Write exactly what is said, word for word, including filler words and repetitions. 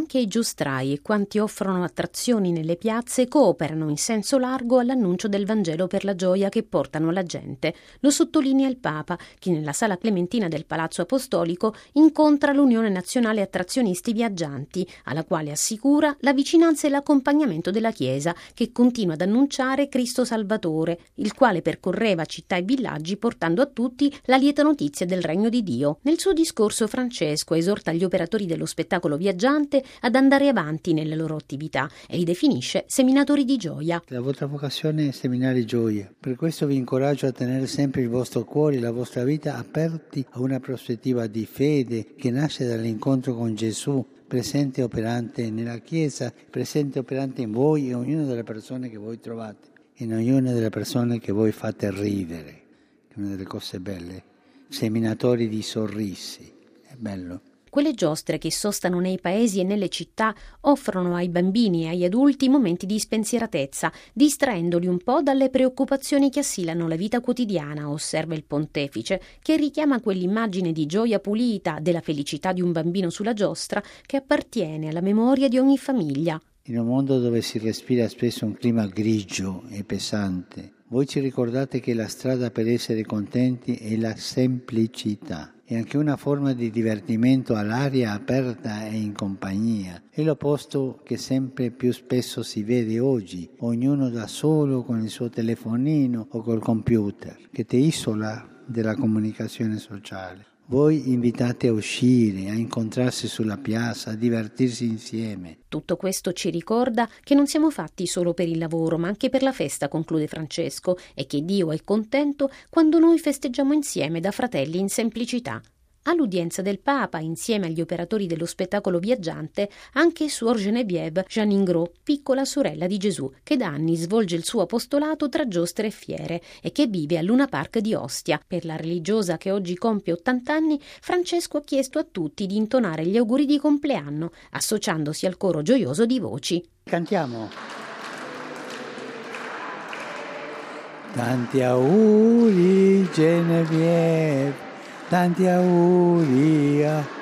anche i giostrai e quanti offrono attrazioni nelle piazze cooperano in senso largo all'annuncio del Vangelo per la gioia che portano la gente. Lo sottolinea il Papa, che nella Sala Clementina del Palazzo Apostolico incontra l'Unione Nazionale Attrazionisti Viaggianti, alla quale assicura la vicinanza e l'accompagnamento della Chiesa, che continua ad annunciare Cristo Salvatore, il quale percorreva città e villaggi portando a tutti la lieta notizia del Regno di Dio. Nel suo discorso Francesco esorta gli operatori dello spettacolo viaggiante ad andare avanti nelle loro attività e li definisce seminatori di gioia. La vostra vocazione è seminare gioia, per questo vi incoraggio a tenere sempre il vostro cuore e la vostra vita aperti a una prospettiva di fede che nasce dall'incontro con Gesù, presente e operante nella Chiesa, presente e operante in voi e in ognuna delle persone che voi trovate, in ognuna delle persone che voi fate ridere, che è una delle cose belle, seminatori di sorrisi, è bello. Quelle giostre che sostano nei paesi e nelle città offrono ai bambini e agli adulti momenti di spensieratezza, distraendoli un po' dalle preoccupazioni che assillano la vita quotidiana, osserva il pontefice, che richiama quell'immagine di gioia pulita della felicità di un bambino sulla giostra che appartiene alla memoria di ogni famiglia. In un mondo dove si respira spesso un clima grigio e pesante, voi ci ricordate che la strada per essere contenti è la semplicità. È anche una forma di divertimento all'aria aperta e in compagnia. È l'opposto che sempre più spesso si vede oggi, ognuno da solo con il suo telefonino o col computer, che ti isola dalla comunicazione sociale. Voi invitate a uscire, a incontrarsi sulla piazza, a divertirsi insieme. Tutto questo ci ricorda che non siamo fatti solo per il lavoro, ma anche per la festa, conclude Francesco, e che Dio è contento quando noi festeggiamo insieme da fratelli in semplicità. All'udienza del Papa, insieme agli operatori dello spettacolo viaggiante, anche Suor Geneviève Jeanne Ingros, piccola sorella di Gesù, che da anni svolge il suo apostolato tra giostre e fiere e che vive al Luna Park di Ostia. Per la religiosa che oggi compie ottanta anni, Francesco ha chiesto a tutti di intonare gli auguri di compleanno, associandosi al coro gioioso di voci. Cantiamo. Tanti auguri Geneviève, tanti auguri a